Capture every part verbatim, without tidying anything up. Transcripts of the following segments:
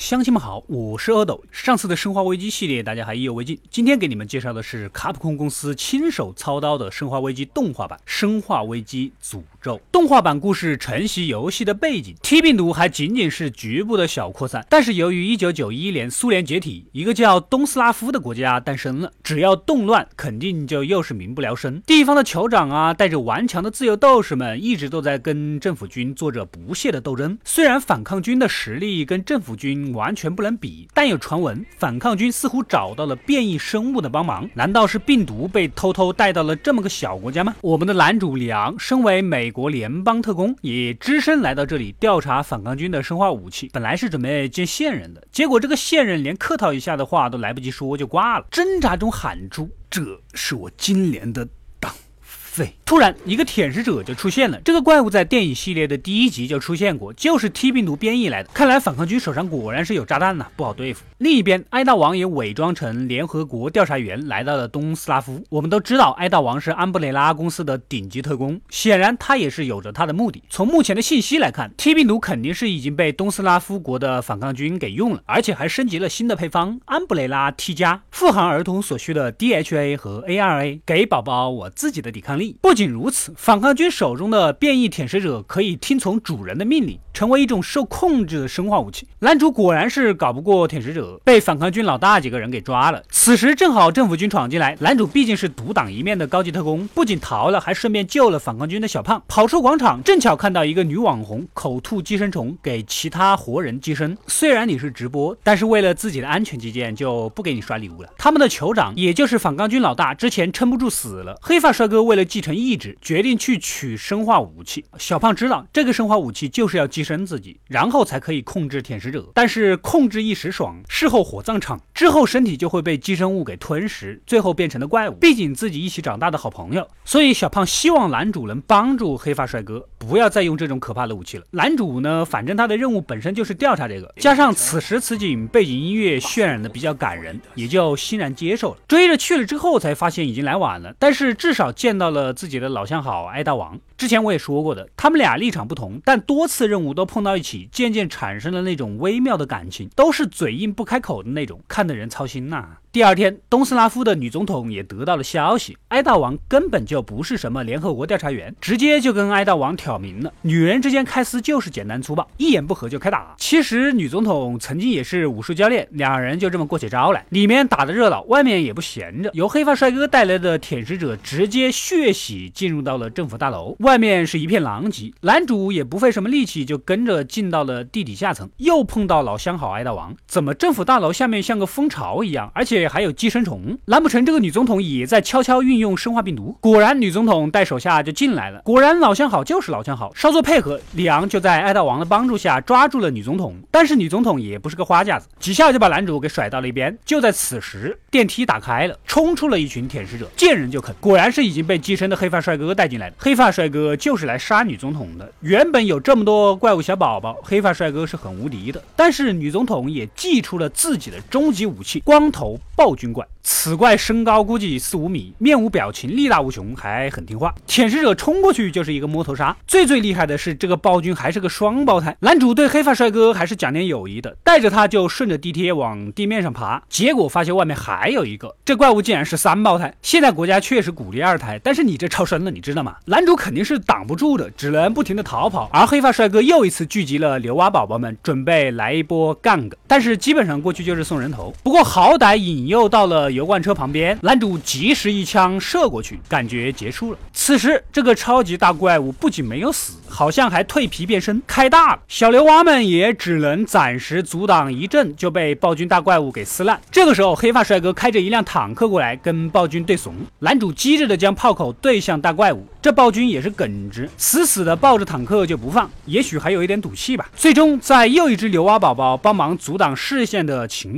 乡亲们好，我是阿斗。上次的生化危机系列大家还意犹未尽，今天给你们介绍的是卡普空公司亲手操刀的生化危机动画版《生化危机诅咒》。动画版故事承袭游戏的背景 ，T 病毒还仅仅是局部的小扩散，但是由于一九九一年苏联解体，一个叫东斯拉夫的国家诞生了，只要动乱，肯定就又是民不聊生。地方的酋长啊，带着顽强的自由斗士们，一直都在跟政府军做着不懈的斗争。虽然反抗军的实力跟政府军完全不能比，但有传闻反抗军似乎找到了变异生物的帮忙，难道是病毒被偷偷带到了这么个小国家吗？我们的男主里昂身为美国联邦特工，也只身来到这里调查反抗军的生化武器，本来是准备见线人的，结果这个线人连客套一下的话都来不及说就挂了，挣扎中喊出：“这是我今年的党费。”突然一个舔食者就出现了，这个怪物在电影系列的第一集就出现过，就是 T 病毒编译来的，看来反抗军手上果然是有炸弹呐、啊，不好对付。另一边，哀悼王也伪装成联合国调查员来到了东斯拉夫。我们都知道哀悼王是安布雷拉公司的顶级特工，显然他也是有着他的目的。从目前的信息来看， T 病毒肯定是已经被东斯拉夫国的反抗军给用了，而且还升级了新的配方安布雷拉 T 加，富含儿童所需的 D H A 和 A R A， 给宝宝我自己的抵抗力。不仅如此，反抗军手中的变异舔食者可以听从主人的命令，成为一种受控制的生化武器。男主果然是搞不过舔食者，被反抗军老大几个人给抓了。此时正好政府军闯进来，男主毕竟是独当一面的高级特工，不仅逃了，还顺便救了反抗军的小胖。跑出广场，正巧看到一个女网红口吐寄生虫给其他活人寄生。虽然你是直播，但是为了自己的安全起见，就不给你刷礼物了。他们的酋长也就是反抗军老大之前撑不住死了，黑发帅哥为了继承意志，决定去取生化武器。小胖知道这个生化武器就是要寄生自己，然后才可以控制舔食者，但是控制一时爽，事后火葬场，之后身体就会被寄生物给吞食，最后变成了怪物。毕竟自己一起长大的好朋友，所以小胖希望男主能帮助黑发帅哥不要再用这种可怕的武器了。男主呢，反正他的任务本身就是调查这个，加上此时此景背景音乐渲染的比较感人，也就欣然接受了。追着去了之后才发现已经来晚了，但是至少见到了自己的老相好哀悼王。之前我也说过的，他们俩立场不同，但多次任务都碰到一起，渐渐产生了那种微妙的感情，都是嘴硬不开口的那种，看得人操心呐、啊。第二天，东斯拉夫的女总统也得到了消息，哀悼王根本就不是什么联合国调查员，直接就跟哀悼王挑明了，女人之间开撕就是简单粗暴，一言不合就开打。其实女总统曾经也是武术教练，两人就这么过起招来，里面打得热闹，外面也不闲着。由黑发帅哥带来的舔食者直接血洗进入到了政府大楼，外面是一片狼藉。男主也不费什么力气就跟着进到了地底下层，又碰到老相好哀悼王。怎么政府大楼下面像个蜂巢一样，而且还有寄生虫？难不成这个女总统也在悄悄运用生化病毒？果然女总统带手下就进来了，果然老相好就是老相好。稍作配合，里昂就在哀悼王的帮助下抓住了女总统，但是女总统也不是个花架子，几下就把男主给甩到了一边。就在此时，电梯打开了，冲出了一群舔食者，见人就啃。果然是已经被寄生的黑发帅哥带进来的。黑发帅哥就是来杀女总统的。原本有这么多怪物小宝宝，黑发帅哥是很无敌的，但是女总统也祭出了自己的终极武器——光头暴君怪。此怪身高估计四五米，面无表情，力大无穷，还很听话。舔食者冲过去就是一个摸头杀。最最厉害的是，这个暴君还是个双胞胎。男主对黑发帅哥还是讲点友谊的，带着他就顺着地铁往地面上爬，结果发现外面还有一个，这怪物竟然是三胞胎。现在国家确实鼓励二胎，但是你这超生了，你知道吗？男主肯定是挡不住的，只能不停的逃跑。而黑发帅哥又一次聚集了牛蛙宝宝们，准备来一波干个，但是基本上过去就是送人头。不过好歹引诱到了油罐车旁边，男主及时一枪射过去，感觉结束了。此时这个超级大怪物不仅没有死，好像还蜕皮变身开大了。小牛蛙们也只能暂时阻挡一阵，就被暴君大怪物给撕烂。这个时候黑发帅哥开着一辆坦克过来跟暴君对怂，男主机智的将炮口对向大怪物，这暴君也是耿直，死死的抱着坦克就不放，也许还有一点赌气吧。最终在又一只牛蛙宝宝帮忙阻挡视线的情况下，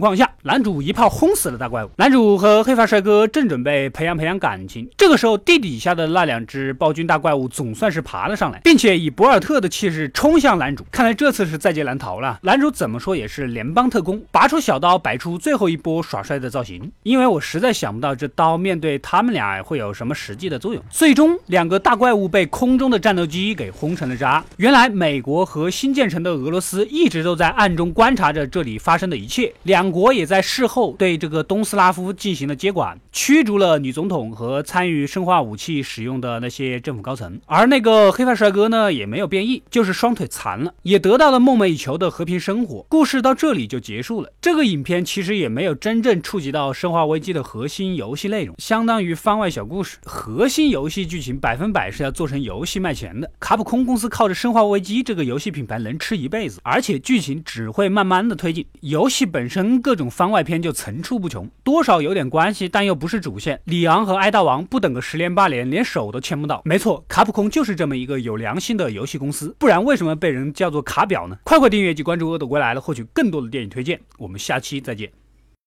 男主一炮轰死了大怪物。男主和黑发帅哥正准备培养培养感情，这个时候地底下的那两只暴君大怪物总算是爬了上来，并且以博尔特的气势冲向男主。看来这次是在劫难逃了。男主怎么说也是联邦特工，拔出小刀摆出最后一波耍帅的造型，因为我实在想不到这刀面对他们俩会有什么实际的作用。最终两个大怪物被空中的战斗机给轰成了渣。原来美国和新建成的俄罗斯一直都在暗中观察着这里发生的一切，两国也在事后对这个东斯拉夫进行了接管，驱逐了女总统和参与生化武器使用的那些政府高层。而那个黑发帅哥呢，也没有变异，就是双腿残了，也得到了梦寐以求的和平生活。故事到这里就结束了。这个影片其实也没有真正触及到生化危机的核心游戏内容，相当于番外小故事。核心游戏剧情百分百是要做成游戏卖钱的。卡普空公司靠着生化危机这个游戏品牌能吃一辈子，而且剧情只会慢慢的推进。游戏本身各种番外篇就层出不穷，多少有点关系，但又不是主线。里昂和哀大王不等个十年八年，连手都牵不到。没错，卡普空就是这么一个有良心的游戏公司，不然为什么被人叫做卡表呢？快快订阅及关注恶斗归来了，获取更多的电影推荐。我们下期再见。